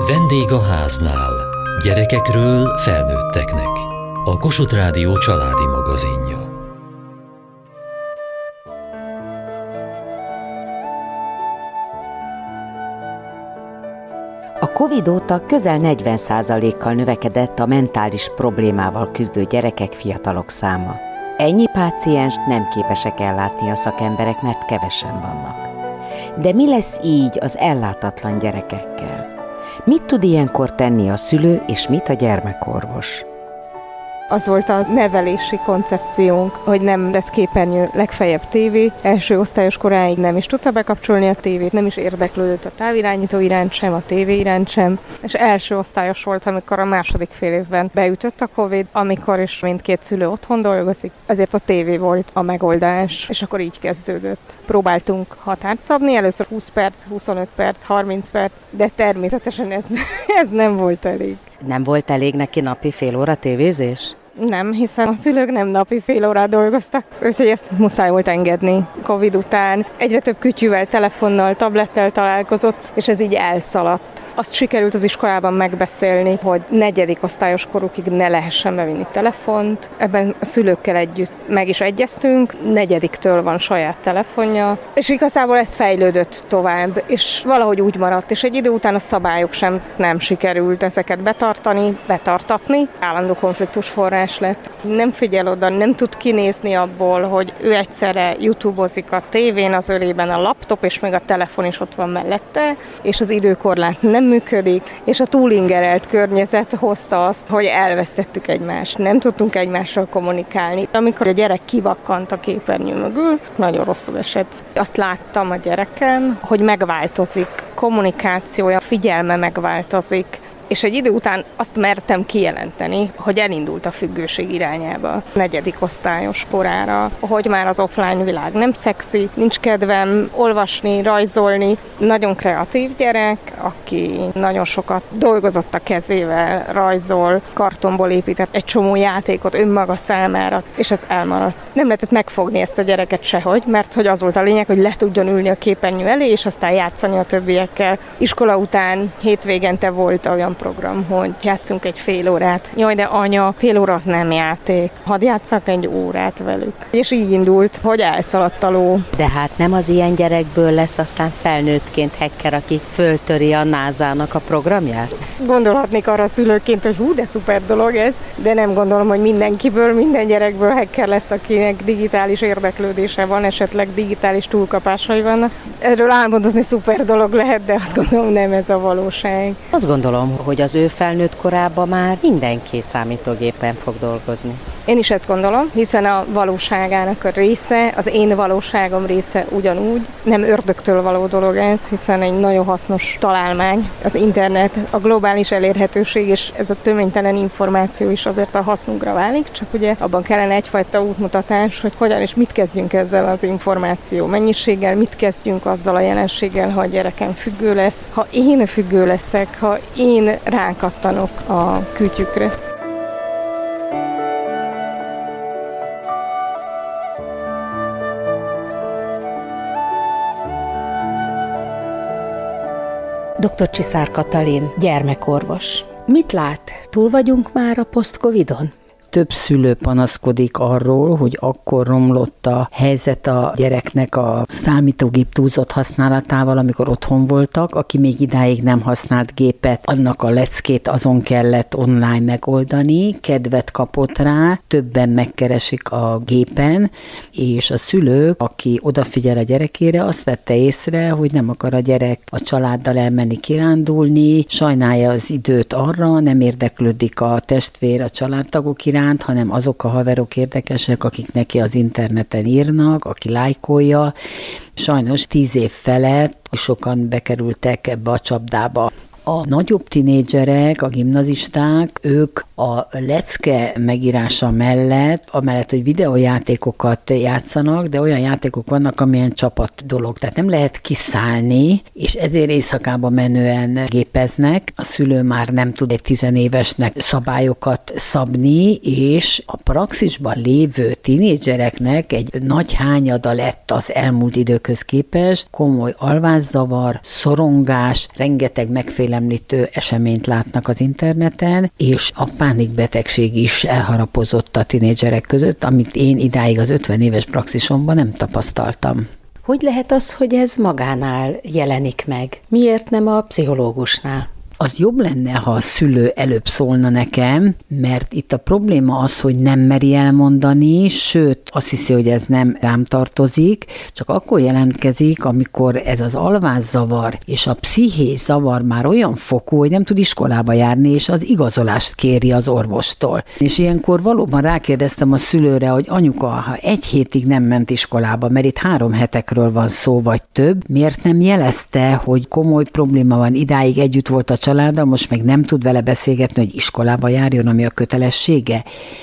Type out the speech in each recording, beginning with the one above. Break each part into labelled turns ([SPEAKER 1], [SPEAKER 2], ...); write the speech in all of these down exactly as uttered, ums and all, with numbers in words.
[SPEAKER 1] Vendég a háznál. Gyerekekről felnőtteknek. A Kossuth Rádió családi magazinja.
[SPEAKER 2] A Covid óta közel negyven százalékkal növekedett a mentális problémával küzdő gyerekek, fiatalok száma. Ennyi pácienst nem képesek ellátni a szakemberek, mert kevesen vannak. De mi lesz így az ellátatlan gyerekekkel? Mit tud ilyenkor tenni a szülő, és mit a gyermekorvos?
[SPEAKER 3] Az volt a nevelési koncepciónk, hogy nem lesz képernyő, legfeljebb tévé. Első osztályos koráig nem is tudta bekapcsolni a tévét, nem is érdeklődött a távirányító iránt sem, a tévé iránt sem. És első osztályos volt, amikor a második fél évben beütött a Covid, amikor is mindkét szülő otthon dolgozik, ezért a tévé volt a megoldás, és akkor így kezdődött. Próbáltunk határt szabni, először húsz perc, huszonöt perc, harminc perc, de természetesen ez, ez nem volt elég.
[SPEAKER 2] Nem volt elég neki napi fél óra tévézés?
[SPEAKER 3] Nem, hiszen a szülők nem napi fél órát dolgoztak, úgyhogy ezt muszáj volt engedni. Covid után egyre több kütyűvel, telefonnal, tablettel találkozott, és ez így elszaladt. Azt sikerült az iskolában megbeszélni, hogy negyedik osztályos korukig ne lehessen bevinni telefont. Ebben a szülőkkel együtt meg is egyeztünk, negyediktől van saját telefonja, és igazából ez fejlődött tovább, és valahogy úgy maradt, és egy idő után a szabályok sem nem sikerült ezeket betartani, betartatni. Állandó konfliktus forrás lett. Nem figyel oda, nem tud kinézni abból, hogy ő egyszerre YouTube-ozik a tévén, az ölében a laptop, és még a telefon is ott van mellette, és az időkorlát nem működik, és a túlingerelt környezet hozta azt, hogy elvesztettük egymást. Nem tudtunk egymással kommunikálni. Amikor a gyerek kivakkant a képernyő mögül, nagyon rosszul esett. Azt láttam a gyerekem, hogy megváltozik, kommunikációja, figyelme megváltozik, és egy idő után azt mertem kijelenteni, hogy elindult a függőség irányába negyedik osztályos korára, hogy már az offline világ nem szexi, nincs kedvem olvasni, rajzolni. Nagyon kreatív gyerek, aki nagyon sokat dolgozott a kezével, rajzol, kartonból épített egy csomó játékot önmaga számára, és ez elmaradt. Nem lehetett megfogni ezt a gyereket sehogy, mert hogy az volt a lényeg, hogy le tudjon ülni a képernyő elé, és aztán játszani a többiekkel. Iskola után hétvégente volt olyan program, hogy játszunk egy fél órát. Jaj, de anya, fél óra az nem játék. Hadd játsszak egy órát velük. És így indult, hogy elszaladt a ló.
[SPEAKER 2] De hát nem az ilyen gyerekből lesz aztán felnőttként hacker, aki föltöri a nászának a programját?
[SPEAKER 3] Gondolhatnék arra szülőként, hogy hú, de szuper dolog ez, de nem gondolom, hogy mindenkiből, minden gyerekből hacker lesz, akinek digitális érdeklődése van, esetleg digitális túlkapásai vannak. Erről álmodozni szuper dolog lehet, de azt gondolom, nem ez a valóság.
[SPEAKER 2] Azt gondolom, hogy az ő felnőtt korában már mindenki számítógépen fog dolgozni.
[SPEAKER 3] Én is ezt gondolom, hiszen a valóságának a része, az én valóságom része ugyanúgy. Nem ördögtől való dolog ez, hiszen egy nagyon hasznos találmány. Az internet, a globális elérhetőség és ez a töménytelen információ is azért a hasznunkra válik, csak ugye abban kellene egyfajta útmutatás, hogy hogyan és mit kezdjünk ezzel az információ mennyiséggel, mit kezdjünk azzal a jelenséggel, ha a gyerekem függő lesz, ha én függő leszek, ha én rákattanok a kütyükre.
[SPEAKER 2] doktor Csiszár Katalin, gyermekorvos. Mit lát? Túl vagyunk már a post-covidon?
[SPEAKER 4] Több szülő panaszkodik arról, hogy akkor romlott a helyzet a gyereknek a számítógép túlzott használatával, amikor otthon voltak, aki még idáig nem használt gépet, annak a leckét azon kellett online megoldani, kedvet kapott rá, többen megkeresik a gépen, és a szülő, aki odafigyel a gyerekére, azt vette észre, hogy nem akar a gyerek a családdal elmenni kirándulni, sajnálja az időt arra, nem érdeklődik a testvér, a családtagok iránt, hanem azok a haverok érdekesek, akik neki az interneten írnak, aki lájkolja. Sajnos tíz év felett sokan bekerültek ebbe a csapdába. A nagyobb tinédzserek, a gimnazisták, ők a lecke megírása mellett, amellett, hogy videójátékokat játszanak, de olyan játékok vannak, amilyen csapat dolog. Tehát nem lehet kiszállni, és ezért éjszakába menően gépeznek. A szülő már nem tud egy tizenévesnek szabályokat szabni, és a praxisban lévő tinédzsereknek egy nagy hányada lett az elmúlt időkhöz képest, komoly alvászavar, szorongás, rengeteg megfélemlítés megfélemlítő eseményt látnak az interneten, és a pánikbetegség is elharapozott a tinédzserek között, amit én idáig az ötven éves praxisomban nem tapasztaltam.
[SPEAKER 2] Hogy lehet az, hogy ez magánál jelenik meg? Miért nem a pszichológusnál?
[SPEAKER 4] Az jobb lenne, ha a szülő előbb szólna nekem, mert itt a probléma az, hogy nem meri elmondani, sőt, azt hiszi, hogy ez nem rám tartozik, csak akkor jelentkezik, amikor ez az alvászavar és a pszichés zavar már olyan fokú, hogy nem tud iskolába járni, és az igazolást kéri az orvostól. És ilyenkor valóban rákérdeztem a szülőre, hogy anyuka, ha egy hétig nem ment iskolába, mert itt három hetekről van szó, vagy több, miért nem jelezte, hogy komoly probléma van, idáig együtt volt a családdal, most meg nem tud vele beszélgetni, hogy iskolába járjon, ami a kötelessége.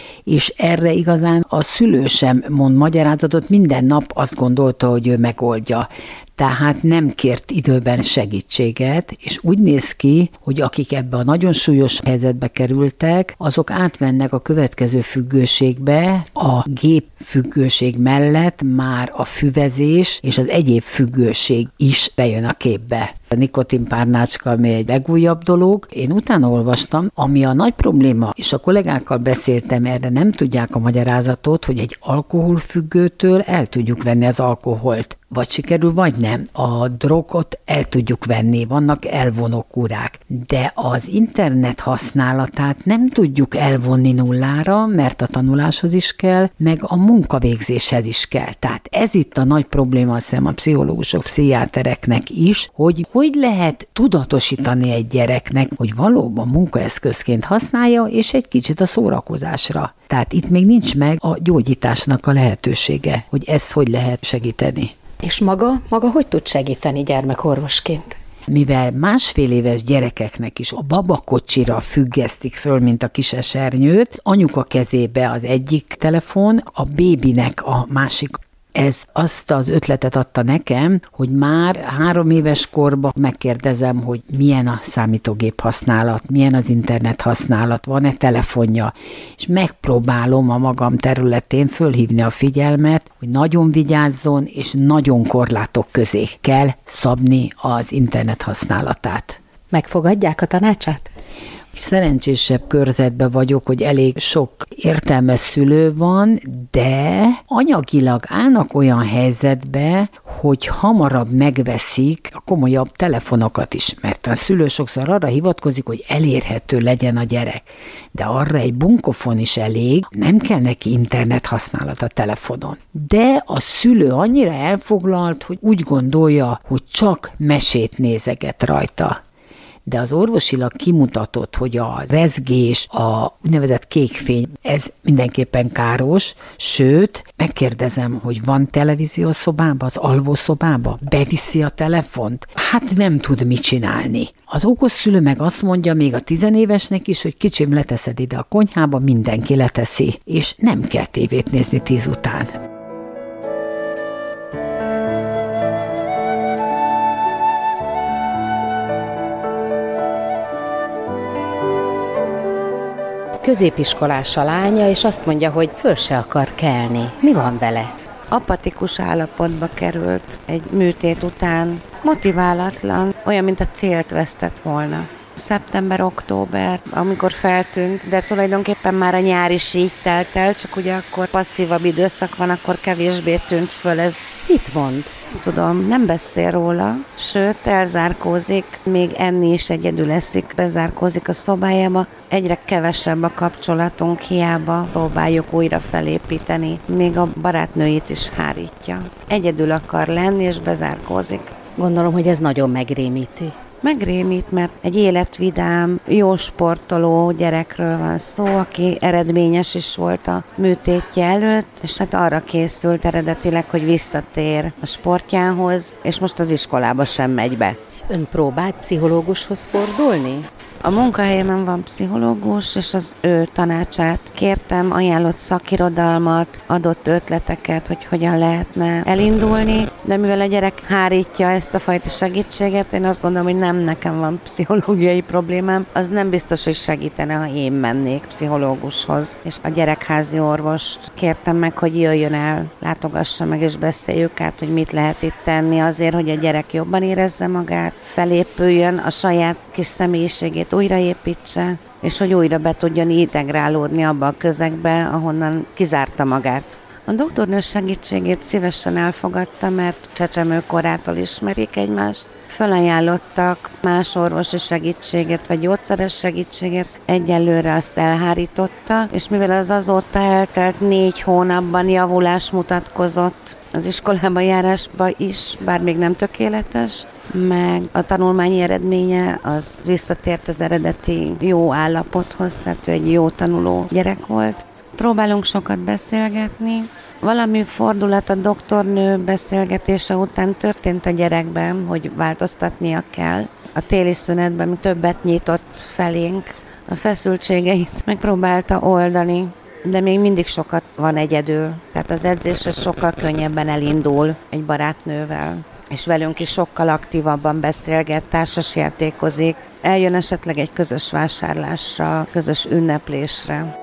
[SPEAKER 4] És erre igazán a szülő sem mond magyarázatot, minden nap azt gondolta, hogy ő megoldja. Tehát nem kért időben segítséget, és úgy néz ki, hogy akik ebbe a nagyon súlyos helyzetbe kerültek, azok átmennek a következő függőségbe, a gépfüggőség mellett már a füvezés és az egyéb függőség is bejön a képbe. A nikotinpárnácska, ami egy legújabb dolog. Én utána olvastam, ami a nagy probléma, és a kollégákkal beszéltem, erre nem tudják a magyarázatot, hogy egy alkoholfüggőtől el tudjuk venni az alkoholt. Vagy sikerül, vagy nem. A drogot el tudjuk venni, vannak elvonó kurák. De az internet használatát nem tudjuk elvonni nullára, mert a tanuláshoz is kell, meg a munkavégzéshez is kell. Tehát ez itt a nagy probléma, azt hiszem, a pszichológusok, pszichiátereknek is, hogy hogy lehet tudatosítani egy gyereknek, hogy valóban munkaeszközként használja, és egy kicsit a szórakozásra. Tehát itt még nincs meg a gyógyításnak a lehetősége, hogy ezt hogy lehet segíteni.
[SPEAKER 2] És maga, maga hogy tud segíteni gyermekorvosként?
[SPEAKER 4] Mivel másfél éves gyerekeknek is a babakocsira függesztik föl, mint a kis esernyőt, anyuka kezébe az egyik telefon, a bébinek a másik. Ez azt az ötletet adta nekem, hogy már három éves korban megkérdezem, hogy milyen a számítógép használat, milyen az internet használat, van-e telefonja, és megpróbálom a magam területén fölhívni a figyelmet, hogy nagyon vigyázzon, és nagyon korlátok közé kell szabni az internet használatát.
[SPEAKER 2] Megfogadják a tanácsát?
[SPEAKER 4] Szerencsésebb körzetben vagyok, hogy elég sok értelmes szülő van, de anyagilag állnak olyan helyzetbe, hogy hamarabb megveszik a komolyabb telefonokat is, mert a szülő sokszor arra hivatkozik, hogy elérhető legyen a gyerek. De arra egy bunkofon is elég, nem kell neki internet használat a telefonon. De a szülő annyira elfoglalt, hogy úgy gondolja, hogy csak mesét nézeget rajta. De az orvosilag kimutatott, hogy a rezgés, a úgynevezett kékfény, ez mindenképpen káros, sőt, megkérdezem, hogy van televízió a szobában, az alvószobában, beviszi a telefont, hát nem tud mit csinálni. Az okos szülő meg azt mondja még a tizenévesnek is, hogy kicsim, leteszed ide a konyhába, mindenki leteszi, és nem kell tévét nézni tíz után.
[SPEAKER 2] Középiskolás a lánya, és azt mondja, hogy föl se akar kelni. Mi van vele?
[SPEAKER 5] Apatikus állapotba került egy műtét után, motiválatlan, olyan, mint a célt vesztett volna. Szeptember-október, amikor feltűnt, de tulajdonképpen már a nyár is így telt el, csak ugye akkor passzívabb időszak van, akkor kevésbé tűnt föl ez.
[SPEAKER 2] Mit mond?
[SPEAKER 5] Nem tudom, nem beszél róla, sőt, elzárkózik, még enni is egyedül eszik, bezárkózik a szobájába. Egyre kevesebb a kapcsolatunk, hiába próbáljuk újra felépíteni, még a barátnőit is hárítja. Egyedül akar lenni, és bezárkózik.
[SPEAKER 2] Gondolom, hogy ez nagyon megrémíti.
[SPEAKER 5] Megrémít, mert egy életvidám, jó sportoló gyerekről van szó, aki eredményes is volt a műtétje előtt, és hát arra készült eredetileg, hogy visszatér a sportjához, és most az iskolába sem megy be.
[SPEAKER 2] Ön próbált pszichológushoz fordulni?
[SPEAKER 5] A munkahelyemen van pszichológus, és az ő tanácsát kértem, ajánlott szakirodalmat, adott ötleteket, hogy hogyan lehetne elindulni, de mivel a gyerek hárítja ezt a fajta segítséget, én azt gondolom, hogy nem nekem van pszichológiai problémám, az nem biztos, hogy segítene, ha én mennék pszichológushoz. És a gyerekházi orvost kértem meg, hogy jöjjön el, látogassa meg, és beszéljük át, hogy mit lehet itt tenni azért, hogy a gyerek jobban érezze magát, felépüljön, a saját kis személyiségét újraépítse, és hogy újra be tudjon integrálódni abba a közegbe, ahonnan kizárta magát. A doktornő segítségét szívesen elfogadta, mert csecsemőkorától ismerik egymást. Fölajánlottak más orvosi segítséget, vagy gyógyszeres segítséget, egyelőre azt elhárította, és mivel az azóta eltelt négy hónapban javulás mutatkozott az iskolába járásba is, bár még nem tökéletes, meg a tanulmányi eredménye az visszatért az eredeti jó állapothoz, tehát ő egy jó tanuló gyerek volt. Próbálunk sokat beszélgetni. Valami fordulat a doktornő beszélgetése után történt a gyerekben, hogy változtatnia kell. A téli szünetben többet nyitott felénk, a feszültségeit megpróbálta oldani, de még mindig sokat van egyedül. Tehát az edzésre sokkal könnyebben elindul egy barátnővel, és velünk is sokkal aktívabban beszélget, társasjátékozik, eljön esetleg egy közös vásárlásra, közös ünneplésre.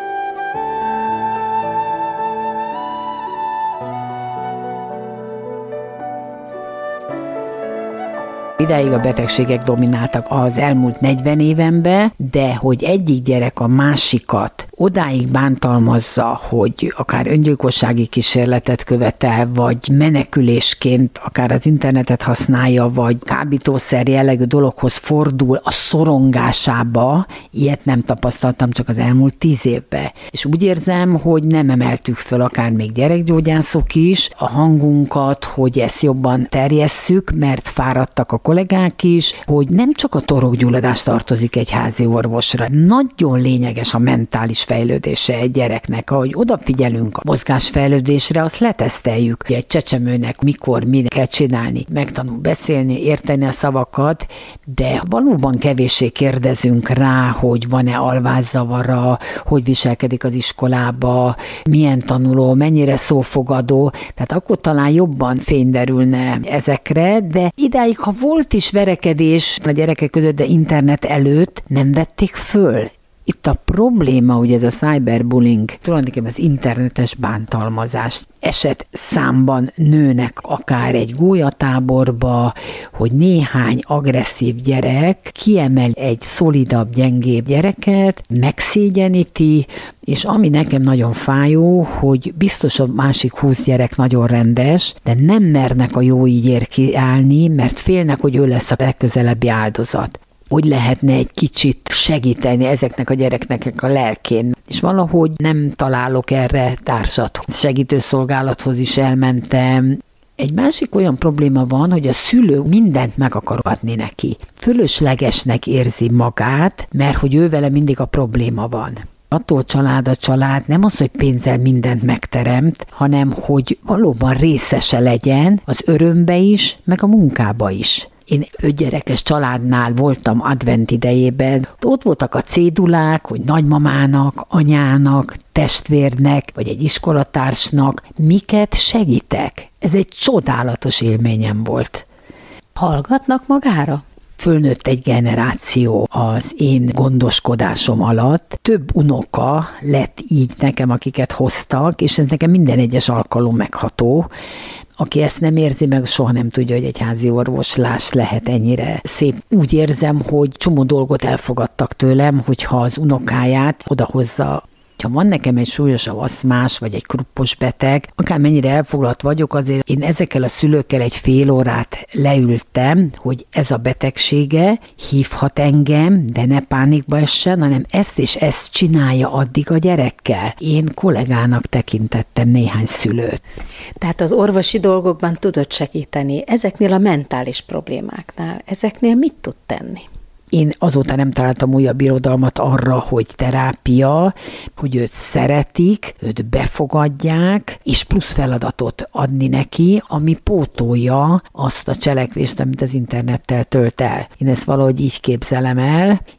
[SPEAKER 4] Idáig a betegségek domináltak az elmúlt negyven évenben, de hogy egyik gyerek a másikat odáig bántalmazza, hogy akár öngyilkossági kísérletet követel, vagy menekülésként akár az internetet használja, vagy kábítószer jellegű dologhoz fordul a szorongásába, ilyet nem tapasztaltam csak az elmúlt tíz évben. És úgy érzem, hogy nem emeltük föl akár még gyerekgyógyászok is a hangunkat, hogy ezt jobban terjesszük, mert fáradtak a kollégák is, hogy nem csak a torokgyulladás tartozik egy házi orvosra. Nagyon lényeges a mentális fejlődése egy gyereknek. Ahogy odafigyelünk a mozgásfejlődésre, azt leteszteljük, hogy egy csecsemőnek mikor, mit kell csinálni. Megtanul beszélni, érteni a szavakat, de valóban kevéssé kérdezünk rá, hogy van-e alvászavara, hogy viselkedik az iskolába, milyen tanuló, mennyire szófogadó. Tehát akkor talán jobban fény derülne ezekre, de idáig, ha volt is verekedés a gyerekek között, de internet előtt nem vették föl. Itt a probléma, hogy ez a cyberbullying, tulajdonképpen az internetes bántalmazás eset számban nőnek akár egy gólyatáborba, hogy néhány agresszív gyerek kiemel egy szolidabb, gyengébb gyereket, megszégyeníti, és ami nekem nagyon fájó, hogy biztos a másik húsz gyerek nagyon rendes, de nem mernek a jó ígyért kiállni, mert félnek, hogy ő lesz a legközelebbi áldozat. Hogy lehetne egy kicsit segíteni ezeknek a gyereknek a lelkén. És valahogy nem találok erre társat. Segítőszolgálathoz is elmentem. Egy másik olyan probléma van, hogy a szülő mindent meg akar adni neki. Fölöslegesnek érzi magát, mert hogy ő vele mindig a probléma van. Attól család a család nem az, hogy pénzzel mindent megteremt, hanem hogy valóban részese legyen az örömbe is, meg a munkába is. Én ötgyerekes családnál voltam advent idejében. Ott voltak a cédulák, hogy nagymamának, anyának, testvérnek, vagy egy iskolatársnak miket segítek. Ez egy csodálatos élményem volt.
[SPEAKER 2] Hallgatnak magára?
[SPEAKER 4] Fölnőtt egy generáció az én gondoskodásom alatt. Több unoka lett így nekem, akiket hoztak, és ez nekem minden egyes alkalom megható. Aki ezt nem érzi meg, soha nem tudja, hogy egy házi orvoslás lehet ennyire szép. Úgy érzem, hogy csomó dolgot elfogadtak tőlem, hogyha az unokáját odahozza. Ha van nekem egy súlyosabb aszmás, vagy egy kruppos beteg, akármennyire elfoglalt vagyok, azért én ezekkel a szülőkkel egy fél órát leültem, hogy ez a betegsége hívhat engem, de ne pánikba essen, hanem ezt és ezt csinálja addig a gyerekkel. Én kollégának tekintettem néhány szülőt.
[SPEAKER 2] Tehát az orvosi dolgokban tudod segíteni. Ezeknél a mentális problémáknál, ezeknél mit tud tenni?
[SPEAKER 4] Én azóta nem találtam újabb irodalmat arra, hogy terápia, hogy őt szeretik, őt befogadják, és plusz feladatot adni neki, ami pótolja azt a cselekvést, amit az internettel tölt el. Én ezt valahogy így képzelem el,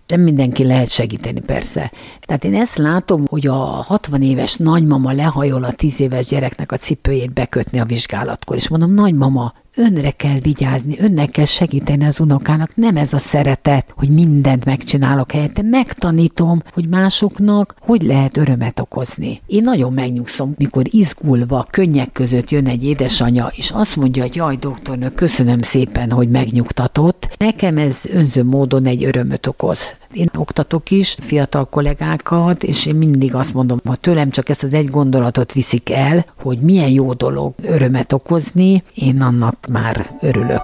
[SPEAKER 4] Nem mindenki lehet segíteni, persze. Tehát én ezt látom, hogy a hatvan éves nagymama lehajol a tíz éves gyereknek a cipőjét bekötni a vizsgálatkor, és mondom, nagymama, önre kell vigyázni, önnek kell segíteni az unokának, nem ez a szeretet, hogy mindent megcsinálok helyette, megtanítom, hogy másoknak hogy lehet örömet okozni. Én nagyon megnyugszom, mikor izgulva, könnyek között jön egy édesanyja, és azt mondja, hogy jaj, doktornő, köszönöm szépen, hogy megnyugtatott. Nekem ez önző módon egy örömöt okoz. Én oktatok is fiatal kollégákat, és én mindig azt mondom, ha tőlem csak ezt az egy gondolatot viszik el, hogy milyen jó dolog örömet okozni, én annak már örülök.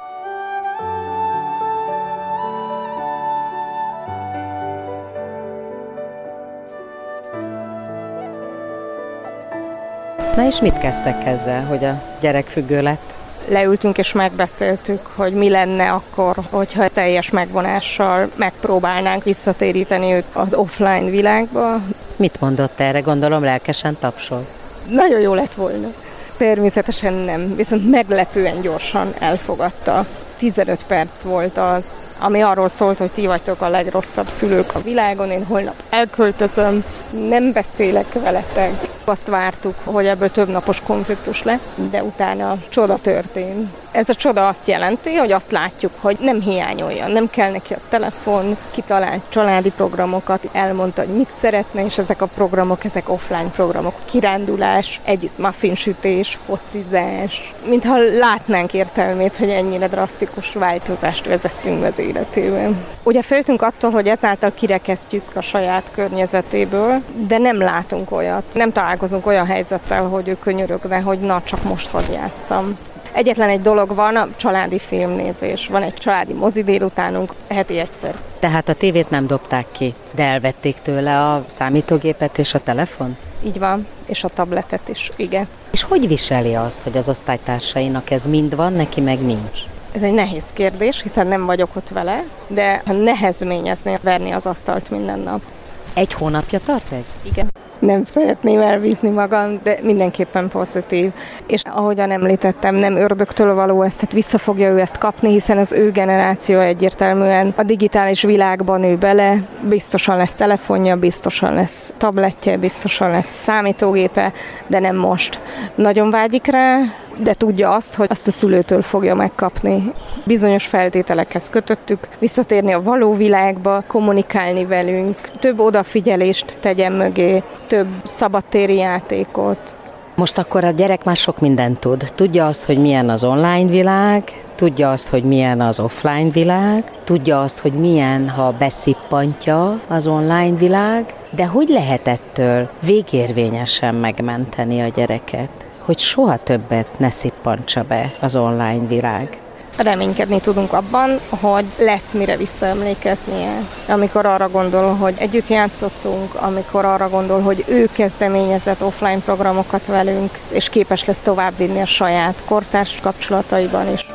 [SPEAKER 2] Na és mit kezdtek ezzel, hogy a gyerek függő lett?
[SPEAKER 3] Leültünk és megbeszéltük, hogy mi lenne akkor, hogyha teljes megvonással megpróbálnánk visszatéríteni őt az offline világba.
[SPEAKER 2] Mit mondott erre? Gondolom lelkesen tapsol.
[SPEAKER 3] Nagyon jó lett volna. Természetesen nem, viszont meglepően gyorsan elfogadta. tizenöt perc volt az, ami arról szólt, hogy ti vagytok a legrosszabb szülők a világon, én holnap elköltözöm, nem beszélek veletek. Azt vártuk, hogy ebből több napos konfliktus lett, de utána csoda történt. Ez a csoda azt jelenti, hogy azt látjuk, hogy nem hiányolja, nem kell neki a telefon, kitalált családi programokat, elmondta, hogy mit szeretne, és ezek a programok, ezek offline programok, kirándulás, együtt muffinsütés, focizás. Mintha látnánk értelmét, hogy ennyire drasztikus változást vezettünk be az életében. Ugye féltünk attól, hogy ezáltal kirekesztjük a saját környezetéből, de nem látunk olyat, nem találkozunk olyan helyzettel, hogy ő könyörögne, hogy na, csak most hadd játszam. Egyetlen egy dolog van, a családi filmnézés. Van egy családi mozi délutánunk, heti egyszer.
[SPEAKER 2] Tehát a tévét nem dobták ki, de elvették tőle a számítógépet és a telefon?
[SPEAKER 3] Így van, és a tabletet is, igen.
[SPEAKER 2] És hogy viseli azt, hogy az osztálytársainak ez mind van, neki meg nincs?
[SPEAKER 3] Ez egy nehéz kérdés, hiszen nem vagyok ott vele, de ha nehezményezni, verni az asztalt minden nap.
[SPEAKER 2] Egy hónapja tart ez?
[SPEAKER 3] Igen. Nem szeretném elbízni magam, de mindenképpen pozitív. És ahogyan említettem, nem ördögtől való ezt, tehát vissza fogja ő ezt kapni, hiszen az ő generáció egyértelműen a digitális világban nő bele, biztosan lesz telefonja, biztosan lesz tabletje, biztosan lesz számítógépe, de nem most. Nagyon vágyik rá, de tudja azt, hogy azt a szülőtől fogja megkapni. Bizonyos feltételekhez kötöttük, visszatérni a való világba, kommunikálni velünk, több odafigyelést tegyen mögé, több szabadtéri játékot.
[SPEAKER 2] Most akkor a gyerek már sok mindent tud. Tudja azt, hogy milyen az online világ, tudja azt, hogy milyen az offline világ, tudja azt, hogy milyen, ha beszippantja az online világ, de hogy lehet ettől végérvényesen megmenteni a gyereket, hogy soha többet ne szippantsa be az online világ?
[SPEAKER 3] Reménykedni tudunk abban, hogy lesz mire visszaemlékeznie. Amikor arra gondol, hogy együtt játszottunk, amikor arra gondol, hogy ő kezdeményezett offline programokat velünk, és képes lesz továbbvinni a saját kortárs kapcsolataiban is.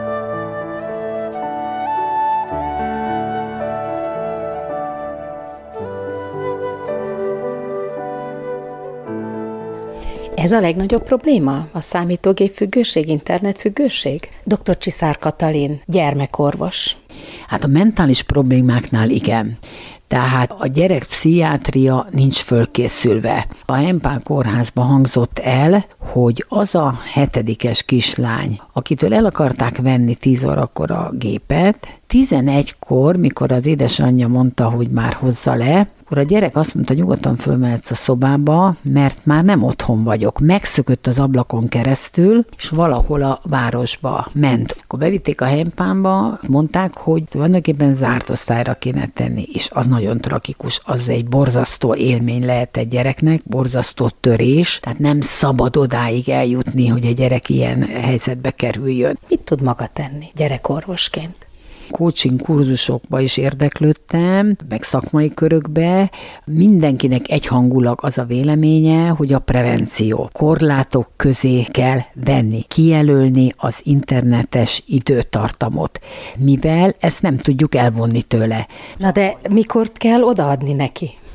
[SPEAKER 2] Ez a legnagyobb probléma? A számítógép függőség, internet függőség? doktor Csiszár Katalin, gyermekorvos.
[SPEAKER 4] Hát a mentális problémáknál igen. Tehát a gyerek pszichiátria nincs fölkészülve. A Hempál kórházban hangzott el, hogy az a hetedikes kislány, akitől el akarták venni tíz órakor a gépet, tizenegykor, mikor az édesanyja mondta, hogy már hozza le, akkor a gyerek azt mondta, nyugodtan fölmehetsz a szobába, mert már nem otthon vagyok. Megszökött az ablakon keresztül, és valahol a városba ment. Akkor bevitték a Hempálba, mondták, hogy tulajdonképpen zárt osztályra kéne tenni, és az nagyon tragikus, az egy borzasztó élmény lehet egy gyereknek, borzasztó törés, tehát nem szabad odáig eljutni, hogy a gyerek ilyen helyzetbe kerüljön.
[SPEAKER 2] Mit tud maga tenni gyerekorvosként?
[SPEAKER 4] Coaching kurzusokba is érdeklődtem, meg szakmai körökbe. Mindenkinek egyhangulag az a véleménye, hogy a prevenció korlátok közé kell venni, kijelölni az internetes időtartamot, mivel ezt nem tudjuk elvonni tőle.
[SPEAKER 2] Na de mikor kell odaadni neki?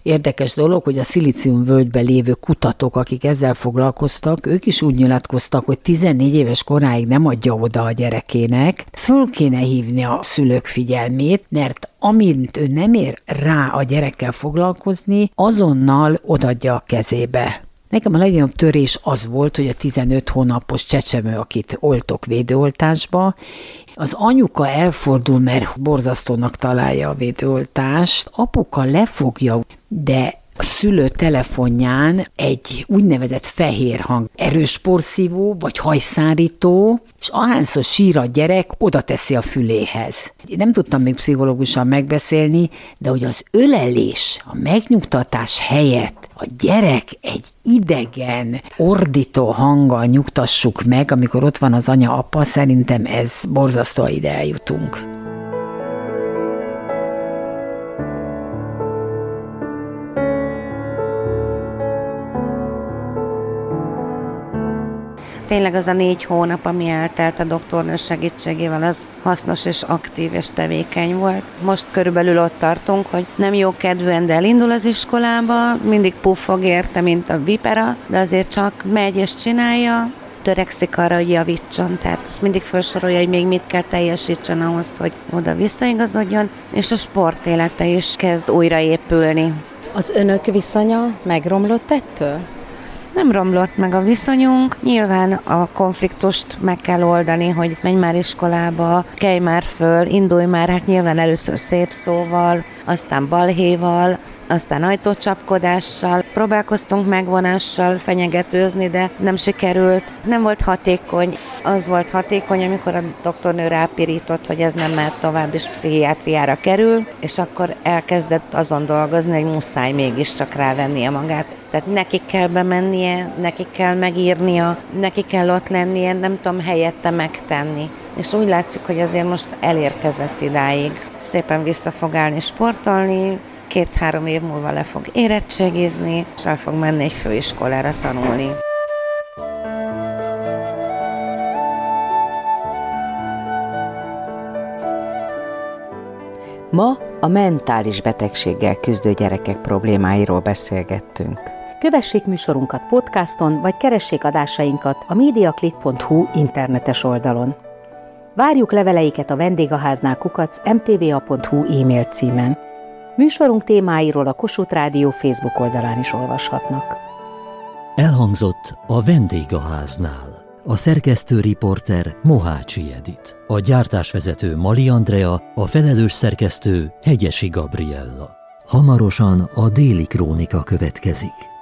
[SPEAKER 4] Érdekes dolog, hogy a szilíciumvölgyben lévő kutatók, akik ezzel foglalkoztak, ők is úgy nyilatkoztak, hogy tizennégy éves koráig nem adja oda a gyerekének. Föl kéne hívni a szülők figyelmét, mert amint ő nem ér rá a gyerekkel foglalkozni, azonnal odadja a kezébe. Nekem a legnagyobb törés az volt, hogy a tizenöt hónapos csecsemő, akit oltok védőoltásba, az anyuka elfordul, mert borzasztónak találja a védőoltást, apuka lefogja, de a szülő telefonján egy úgynevezett fehér hang, erős porszívó vagy hajszárító, és ahányszor sír a gyerek, oda teszi a füléhez. Én nem tudtam még pszichológusan megbeszélni, de hogy az ölelés, a megnyugtatás helyett a gyerek egy idegen, ordító hanggal nyugtassuk meg, amikor ott van az anya-apa, szerintem ez borzasztó, ide eljutunk.
[SPEAKER 5] Tényleg az a négy hónap, ami eltelt a doktornő segítségével, az hasznos és aktív és tevékeny volt. Most körülbelül ott tartunk, hogy nem jó kedvűen, de elindul az iskolába, mindig puffog érte, mint a vipera, de azért csak megy és csinálja, törekszik arra, hogy javítson, tehát ezt mindig felsorolja, hogy még mit kell teljesítsen ahhoz, hogy oda visszaigazodjon, és a sportélete is kezd újraépülni.
[SPEAKER 3] Az önök viszonya megromlott ettől?
[SPEAKER 5] Nem romlott meg a viszonyunk, nyilván a konfliktust meg kell oldani, hogy menj már iskolába, kelj már föl, indulj már, hát nyilván először szép szóval, aztán balhéval, aztán ajtócsapkodással, próbálkoztunk megvonással fenyegetőzni, de nem sikerült. Nem volt hatékony. Az volt hatékony, amikor a doktornő rápirított, hogy ez nem mehet tovább, és pszichiátriára kerül, és akkor elkezdett azon dolgozni, hogy muszáj mégiscsak rávennie magát. Tehát neki kell bemennie, neki kell megírnia, neki kell ott lennie, nem tudom helyette megtenni. És úgy látszik, hogy azért most elérkezett idáig. Szépen vissza fog állni sportolni, két-három év múlva le fog érettségizni, és el fog menni egy főiskolára tanulni.
[SPEAKER 2] Ma a mentális betegséggel küzdő gyerekek problémáiról beszélgettünk. Kövessék műsorunkat podcaston, vagy keressék adásainkat a mediaclick pont hu internetes oldalon. Várjuk leveleiket a vendégháznál kukac em té vé á pont hu e-mail címen. Műsorunk témáiról a Kossuth Rádió Facebook oldalán is olvashatnak.
[SPEAKER 1] Elhangzott a Vendégháznál. A szerkesztő riporter Mohácsi Edit. A gyártásvezető Mali Andrea, a felelős szerkesztő Hegyesi Gabriella. Hamarosan a Déli Krónika következik.